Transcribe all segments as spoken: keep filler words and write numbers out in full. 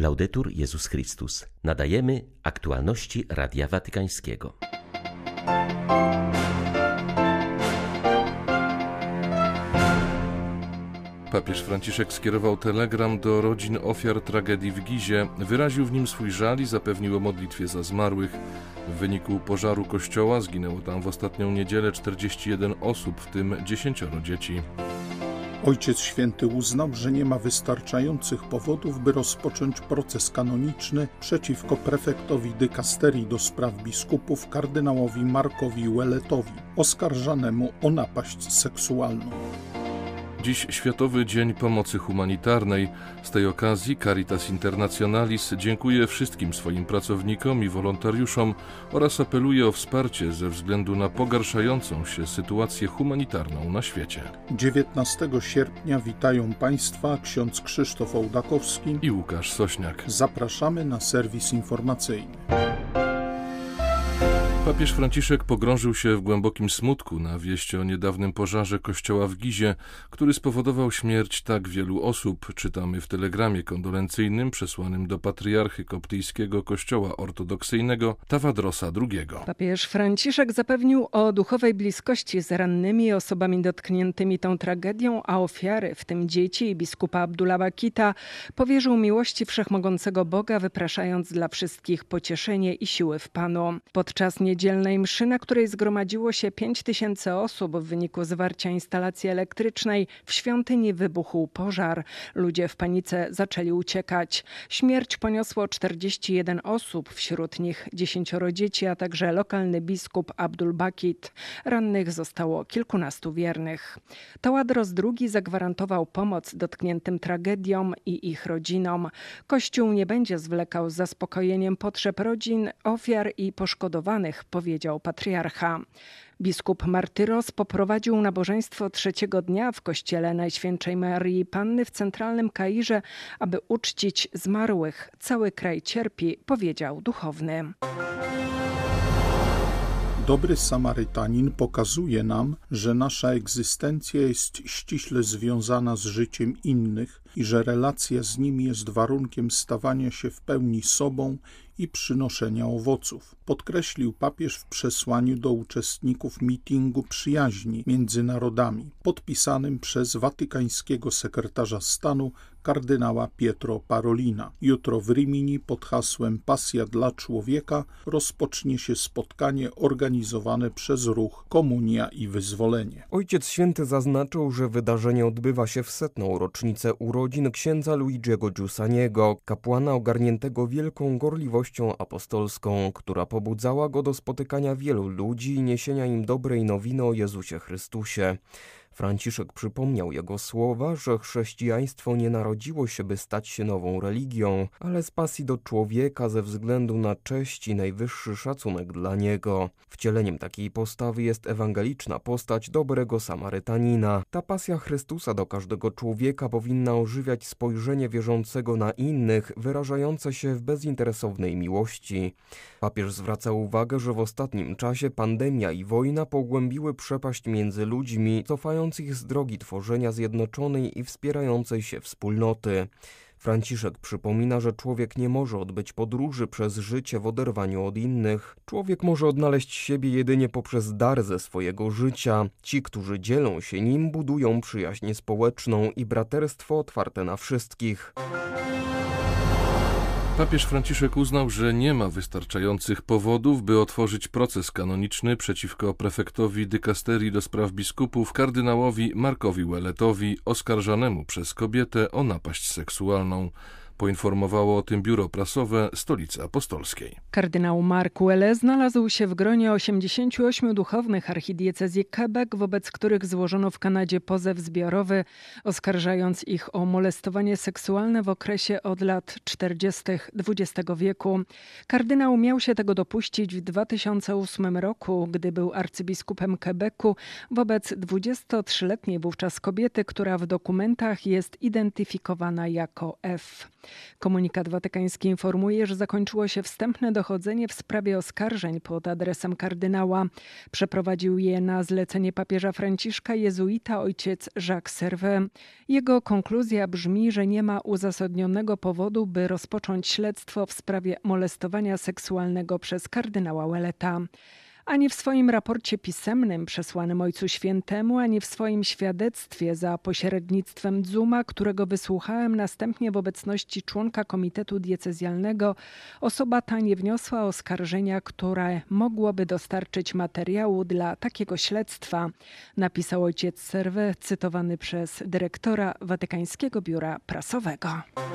Laudetur Jezus Chrystus. Nadajemy aktualności Radia Watykańskiego. Papież Franciszek skierował telegram do rodzin ofiar tragedii w Gizie. Wyraził w nim swój żal i zapewnił o modlitwie za zmarłych. W wyniku pożaru kościoła zginęło tam w ostatnią niedzielę czterdzieści jeden osób, w tym dziesięcioro dzieci. Ojciec Święty uznał, że nie ma wystarczających powodów, by rozpocząć proces kanoniczny przeciwko prefektowi dykasterii do spraw biskupów kardynałowi Markowi Ouelletowi, oskarżanemu o napaść seksualną. Dziś Światowy Dzień Pomocy Humanitarnej. Z tej okazji Caritas Internationalis dziękuje wszystkim swoim pracownikom i wolontariuszom oraz apeluje o wsparcie ze względu na pogarszającą się sytuację humanitarną na świecie. dziewiętnastego sierpnia witają Państwa ksiądz Krzysztof Ołdakowski i Łukasz Sośniak. Zapraszamy na serwis informacyjny. Papież Franciszek pogrążył się w głębokim smutku na wieść o niedawnym pożarze kościoła w Gizie, który spowodował śmierć tak wielu osób, czytamy w telegramie kondolencyjnym przesłanym do patriarchy koptyjskiego kościoła ortodoksyjnego Tawadrosa drugiego. Papież Franciszek zapewnił o duchowej bliskości z rannymi osobami dotkniętymi tą tragedią, a ofiary, w tym dzieci i biskupa Abdullah Bakita, powierzył miłości wszechmogącego Boga, wypraszając dla wszystkich pocieszenie i siły w Panu. Podczas niedzielnej mszy, na której zgromadziło się pięć tysięcy osób w wyniku zwarcia instalacji elektrycznej, w świątyni wybuchł pożar. Ludzie w panice zaczęli uciekać. Śmierć poniosło czterdzieści jeden osób, wśród nich dziesięcioro dzieci, a także lokalny biskup Abdul Bakit. Rannych zostało kilkunastu wiernych. Tawadros drugi zagwarantował pomoc dotkniętym tragedią i ich rodzinom. Kościół nie będzie zwlekał z zaspokojeniem potrzeb rodzin, ofiar i poszkodowanych, powiedział patriarcha. Biskup Martyros poprowadził nabożeństwo trzeciego dnia w kościele Najświętszej Maryi Panny w centralnym Kairze, aby uczcić zmarłych. Cały kraj cierpi, powiedział duchowny. Dobry Samarytanin pokazuje nam, że nasza egzystencja jest ściśle związana z życiem innych i że relacja z nimi jest warunkiem stawania się w pełni sobą i przynoszenia owoców. Podkreślił papież w przesłaniu do uczestników mitingu przyjaźni między narodami, podpisanym przez watykańskiego sekretarza stanu kardynała Pietro Parolina. Jutro w Rimini pod hasłem Pasja dla człowieka rozpocznie się spotkanie organizowane przez ruch Komunia i Wyzwolenie. Ojciec Święty zaznaczył, że wydarzenie odbywa się w setną rocznicę urodzin księdza Luigiego Giussaniego, kapłana ogarniętego wielką gorliwością apostolską, która pobudzała go do spotykania wielu ludzi i niesienia im dobrej nowiny o Jezusie Chrystusie. Franciszek przypomniał jego słowa, że chrześcijaństwo nie narodziło się, by stać się nową religią, ale z pasji do człowieka ze względu na cześć i najwyższy szacunek dla niego. Wcieleniem takiej postawy jest ewangeliczna postać dobrego Samarytanina. Ta pasja Chrystusa do każdego człowieka powinna ożywiać spojrzenie wierzącego na innych, wyrażające się w bezinteresownej miłości. Papież zwraca uwagę, że w ostatnim czasie pandemia i wojna pogłębiły przepaść między ludźmi, cofając ich z drogi tworzenia zjednoczonej i wspierającej się wspólnoty. Franciszek przypomina, że człowiek nie może odbyć podróży przez życie w oderwaniu od innych. Człowiek może odnaleźć siebie jedynie poprzez dar ze swojego życia. Ci, którzy dzielą się nim, budują przyjaźń społeczną i braterstwo otwarte na wszystkich. Papież Franciszek uznał, że nie ma wystarczających powodów, by otworzyć proces kanoniczny przeciwko prefektowi dykasterii do spraw biskupów kardynałowi Markowi Ouelletowi, oskarżanemu przez kobietę o napaść seksualną. Poinformowało o tym biuro prasowe Stolicy Apostolskiej. Kardynał Mark Ouellet znalazł się w gronie osiemdziesięciu ośmiu duchownych archidiecezji Quebec, wobec których złożono w Kanadzie pozew zbiorowy, oskarżając ich o molestowanie seksualne w okresie od lat czterdziestych dwudziestego wieku. Kardynał miał się tego dopuścić w dwa tysiące ósmym roku, gdy był arcybiskupem Quebecu wobec dwudziestotrzyletniej wówczas kobiety, która w dokumentach jest identyfikowana jako F. Komunikat watykański informuje, że zakończyło się wstępne dochodzenie w sprawie oskarżeń pod adresem kardynała. Przeprowadził je na zlecenie papieża Franciszka jezuita ojciec Jacques Servet. Jego konkluzja brzmi, że nie ma uzasadnionego powodu, by rozpocząć śledztwo w sprawie molestowania seksualnego przez kardynała Ouelleta. Ani w swoim raporcie pisemnym przesłanym Ojcu Świętemu, ani w swoim świadectwie za pośrednictwem Dzuma, którego wysłuchałem następnie w obecności członka Komitetu Diecezjalnego, osoba ta nie wniosła oskarżenia, które mogłoby dostarczyć materiału dla takiego śledztwa, napisał ojciec Servet, cytowany przez dyrektora Watykańskiego Biura Prasowego.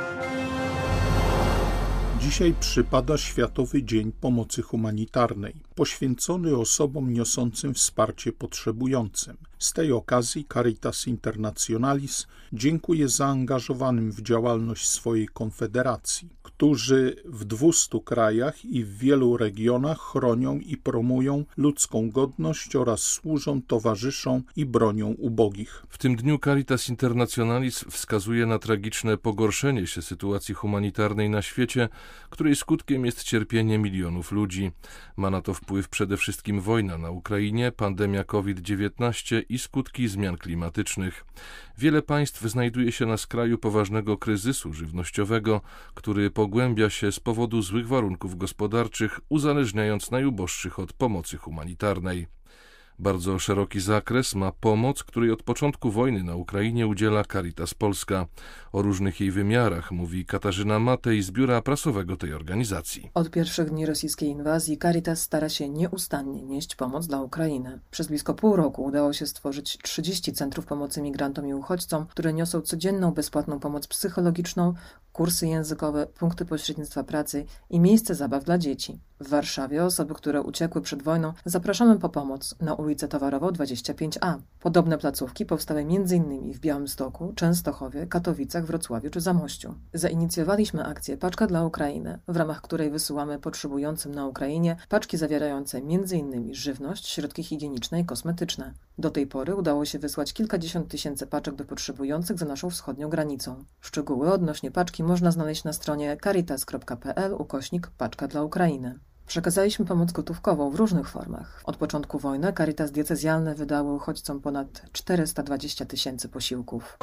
Dzisiaj przypada Światowy Dzień Pomocy Humanitarnej, poświęcony osobom niosącym wsparcie potrzebującym. Z tej okazji Caritas Internationalis dziękuje zaangażowanym w działalność swojej konfederacji, którzy w dwustu krajach i w wielu regionach chronią i promują ludzką godność oraz służą, towarzyszą i bronią ubogich. W tym dniu Caritas Internationalis wskazuje na tragiczne pogorszenie się sytuacji humanitarnej na świecie, której skutkiem jest cierpienie milionów ludzi. Ma na to wpływ przede wszystkim wojna na Ukrainie, pandemia kowid dziewiętnaście i skutki zmian klimatycznych. Wiele państw znajduje się na skraju poważnego kryzysu żywnościowego, który pogłębia się z powodu złych warunków gospodarczych, uzależniając najuboższych od pomocy humanitarnej. Bardzo szeroki zakres ma pomoc, której od początku wojny na Ukrainie udziela Caritas Polska. O różnych jej wymiarach mówi Katarzyna Matej z biura prasowego tej organizacji. Od pierwszych dni rosyjskiej inwazji Caritas stara się nieustannie nieść pomoc dla Ukrainy. Przez blisko pół roku udało się stworzyć trzydzieści centrów pomocy migrantom i uchodźcom, które niosą codzienną bezpłatną pomoc psychologiczną, kursy językowe, punkty pośrednictwa pracy i miejsce zabaw dla dzieci. W Warszawie osoby, które uciekły przed wojną, zapraszamy po pomoc na ulicę Towarową dwadzieścia pięć A. Podobne placówki powstały m.in. w Białymstoku, Częstochowie, Katowicach, Wrocławiu czy Zamościu. Zainicjowaliśmy akcję Paczka dla Ukrainy, w ramach której wysyłamy potrzebującym na Ukrainie paczki zawierające m.in. żywność, środki higieniczne i kosmetyczne. Do tej pory udało się wysłać kilkadziesiąt tysięcy paczek do potrzebujących za naszą wschodnią granicą. Szczegóły odnośnie paczki można znaleźć na stronie caritas kropka p l ukośnik Paczka dla Ukrainy. Przekazaliśmy pomoc gotówkową w różnych formach. Od początku wojny Caritas diecezjalne wydały uchodźcom ponad czterysta dwadzieścia tysięcy posiłków.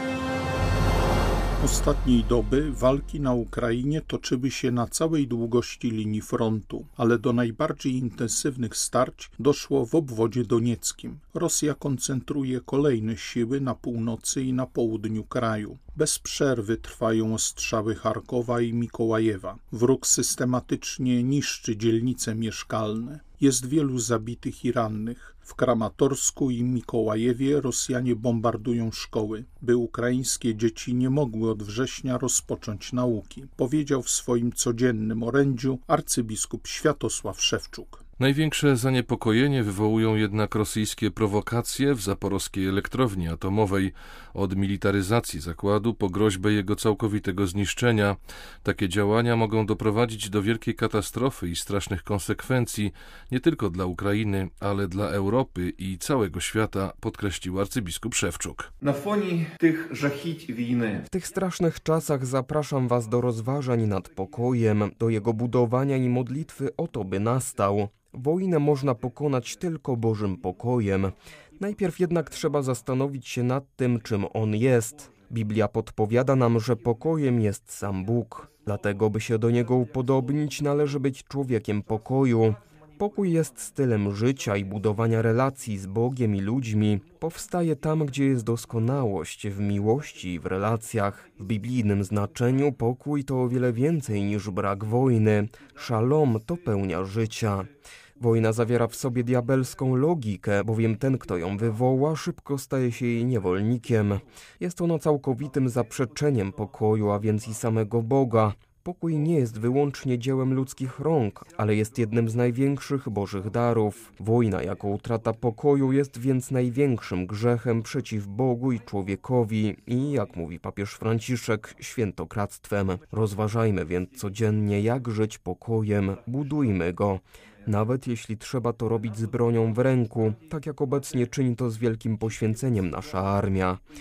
Ostatniej doby walki na Ukrainie toczyły się na całej długości linii frontu, ale do najbardziej intensywnych starć doszło w obwodzie donieckim. Rosja koncentruje kolejne siły na północy i na południu kraju. Bez przerwy trwają ostrzały Charkowa i Mikołajewa. Wróg systematycznie niszczy dzielnice mieszkalne. Jest wielu zabitych i rannych. W Kramatorsku i Mikołajewie Rosjanie bombardują szkoły, by ukraińskie dzieci nie mogły od września rozpocząć nauki, powiedział w swoim codziennym orędziu arcybiskup Światosław Szewczuk. Największe zaniepokojenie wywołują jednak rosyjskie prowokacje w zaporowskiej elektrowni atomowej, od militaryzacji zakładu po groźbę jego całkowitego zniszczenia. Takie działania mogą doprowadzić do wielkiej katastrofy i strasznych konsekwencji, nie tylko dla Ukrainy, ale dla Europy i całego świata, podkreślił arcybiskup Szewczuk. Na fonie tych żachić wojny. W tych strasznych czasach zapraszam was do rozważań nad pokojem, do jego budowania i modlitwy o to, by nastał. Wojnę można pokonać tylko Bożym pokojem. Najpierw jednak trzeba zastanowić się nad tym, czym on jest. Biblia podpowiada nam, że pokojem jest sam Bóg. Dlatego, by się do niego upodobnić, należy być człowiekiem pokoju. Pokój jest stylem życia i budowania relacji z Bogiem i ludźmi. Powstaje tam, gdzie jest doskonałość, w miłości i w relacjach. W biblijnym znaczeniu pokój to o wiele więcej niż brak wojny. Szalom to pełnia życia. Wojna zawiera w sobie diabelską logikę, bowiem ten, kto ją wywoła, szybko staje się jej niewolnikiem. Jest ona całkowitym zaprzeczeniem pokoju, a więc i samego Boga. Pokój nie jest wyłącznie dziełem ludzkich rąk, ale jest jednym z największych Bożych darów. Wojna jako utrata pokoju jest więc największym grzechem przeciw Bogu i człowiekowi i, jak mówi papież Franciszek, świętokradztwem. Rozważajmy więc codziennie, jak żyć pokojem, budujmy go. Nawet jeśli trzeba to robić z bronią w ręku, tak jak obecnie czyni to z wielkim poświęceniem nasza armia.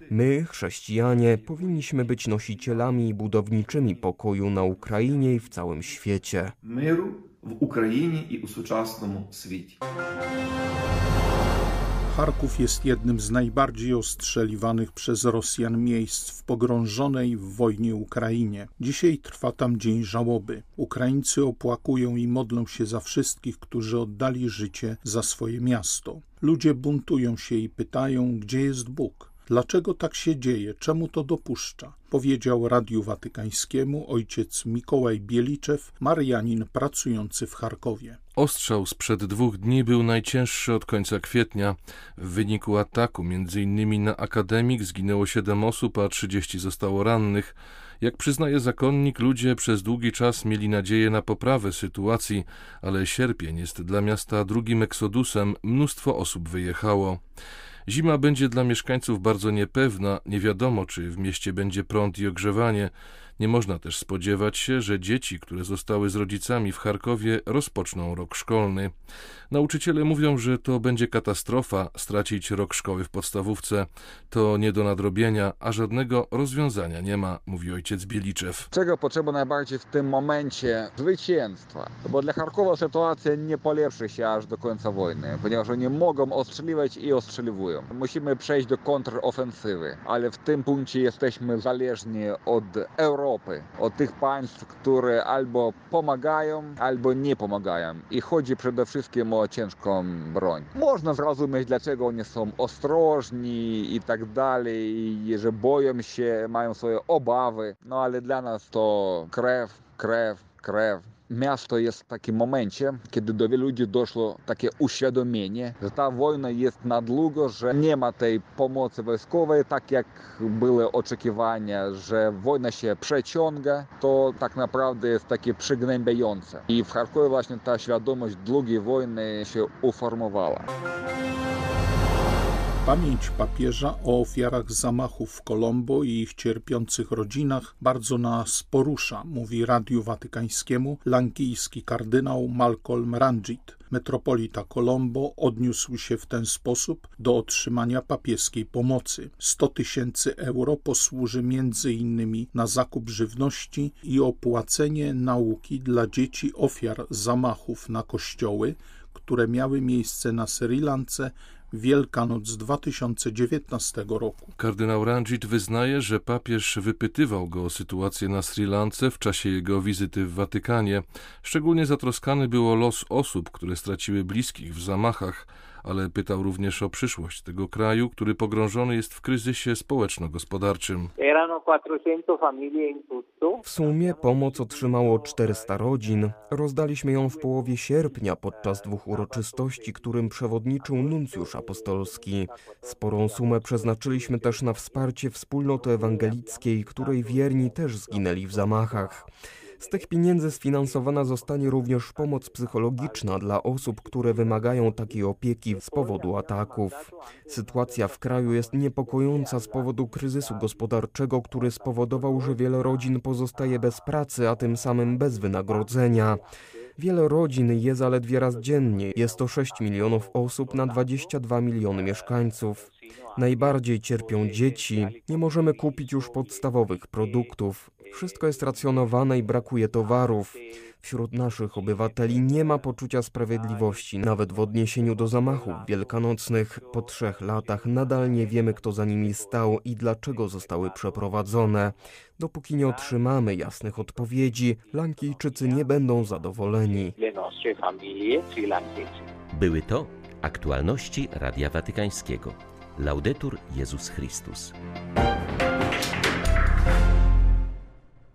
My, chrześcijanie, powinniśmy być nosicielami i budowniczymi pokoju na Ukrainie i w całym świecie. Миру в Україні і у сучасному світі. Charków jest jednym z najbardziej ostrzeliwanych przez Rosjan miejsc w pogrążonej w wojnie Ukrainie. Dzisiaj trwa tam dzień żałoby. Ukraińcy opłakują i modlą się za wszystkich, którzy oddali życie za swoje miasto. Ludzie buntują się i pytają, gdzie jest Bóg? Dlaczego tak się dzieje? Czemu to dopuszcza? Powiedział Radiu Watykańskiemu ojciec Mikołaj Bieliczew, Marianin pracujący w Charkowie. Ostrzał sprzed dwóch dni był najcięższy od końca kwietnia. W wyniku ataku między innymi na akademik zginęło siedem osób, a trzydzieści zostało rannych. Jak przyznaje zakonnik, ludzie przez długi czas mieli nadzieję na poprawę sytuacji, ale sierpień jest dla miasta drugim eksodusem, mnóstwo osób wyjechało. Zima będzie dla mieszkańców bardzo niepewna, nie wiadomo, czy w mieście będzie prąd i ogrzewanie. Nie można też spodziewać się, że dzieci, które zostały z rodzicami w Charkowie, rozpoczną rok szkolny. Nauczyciele mówią, że to będzie katastrofa stracić rok szkoły w podstawówce. To nie do nadrobienia, a żadnego rozwiązania nie ma, mówi ojciec Bieliczew. Czego potrzeba najbardziej w tym momencie? Zwycięstwa. Bo dla Charkowa sytuacja nie polepszy się aż do końca wojny, ponieważ oni mogą ostrzeliwać i ostrzeliwują. Musimy przejść do kontrofensywy, ale w tym punkcie jesteśmy zależni od Europy. Od tych państw, które albo pomagają, albo nie pomagają. I chodzi przede wszystkim o ciężką broń. Można zrozumieć, dlaczego oni są ostrożni i tak dalej, i że boją się, mają swoje obawy. No ale dla nas to krew, krew, krew. Miasto jest w takim momencie, kiedy do wielu ludzi doszło takie uświadomienie, że ta wojna jest na długo, że nie ma tej pomocy wojskowej, tak jak były oczekiwania, że wojna się przeciąga, to tak naprawdę jest takie przygnębiające. I w Charkowie właśnie ta świadomość długiej wojny się uformowała. Pamięć papieża o ofiarach zamachów w Colombo i ich cierpiących rodzinach bardzo nas porusza, mówi Radiu Watykańskiemu lankijski kardynał Malcolm Ranjit. Metropolita Colombo odniósł się w ten sposób do otrzymania papieskiej pomocy. sto tysięcy euro posłuży między innymi na zakup żywności i opłacenie nauki dla dzieci ofiar zamachów na kościoły, które miały miejsce na Sri Lance Wielkanoc dwa tysiące dziewiętnastego roku. Kardynał Ranjit wyznaje, że papież wypytywał go o sytuację na Sri Lance w czasie jego wizyty w Watykanie. Szczególnie zatroskany był o los osób, które straciły bliskich w zamachach, ale pytał również o przyszłość tego kraju, który pogrążony jest w kryzysie społeczno-gospodarczym. W sumie pomoc otrzymało czterysta rodzin. Rozdaliśmy ją w połowie sierpnia podczas dwóch uroczystości, którym przewodniczył nuncjusz apostolski. Sporą sumę przeznaczyliśmy też na wsparcie wspólnoty ewangelickiej, której wierni też zginęli w zamachach. Z tych pieniędzy sfinansowana zostanie również pomoc psychologiczna dla osób, które wymagają takiej opieki z powodu ataków. Sytuacja w kraju jest niepokojąca z powodu kryzysu gospodarczego, który spowodował, że wiele rodzin pozostaje bez pracy, a tym samym bez wynagrodzenia. Wiele rodzin je zaledwie raz dziennie. Jest to sześć milionów osób na dwadzieścia dwa miliony mieszkańców. Najbardziej cierpią dzieci. Nie możemy kupić już podstawowych produktów. Wszystko jest racjonowane i brakuje towarów. Wśród naszych obywateli nie ma poczucia sprawiedliwości, nawet w odniesieniu do zamachów wielkanocnych. Po trzech latach nadal nie wiemy, kto za nimi stał i dlaczego zostały przeprowadzone. Dopóki nie otrzymamy jasnych odpowiedzi, Lankijczycy nie będą zadowoleni. Były to aktualności Radia Watykańskiego. Laudetur Jezus Chrystus.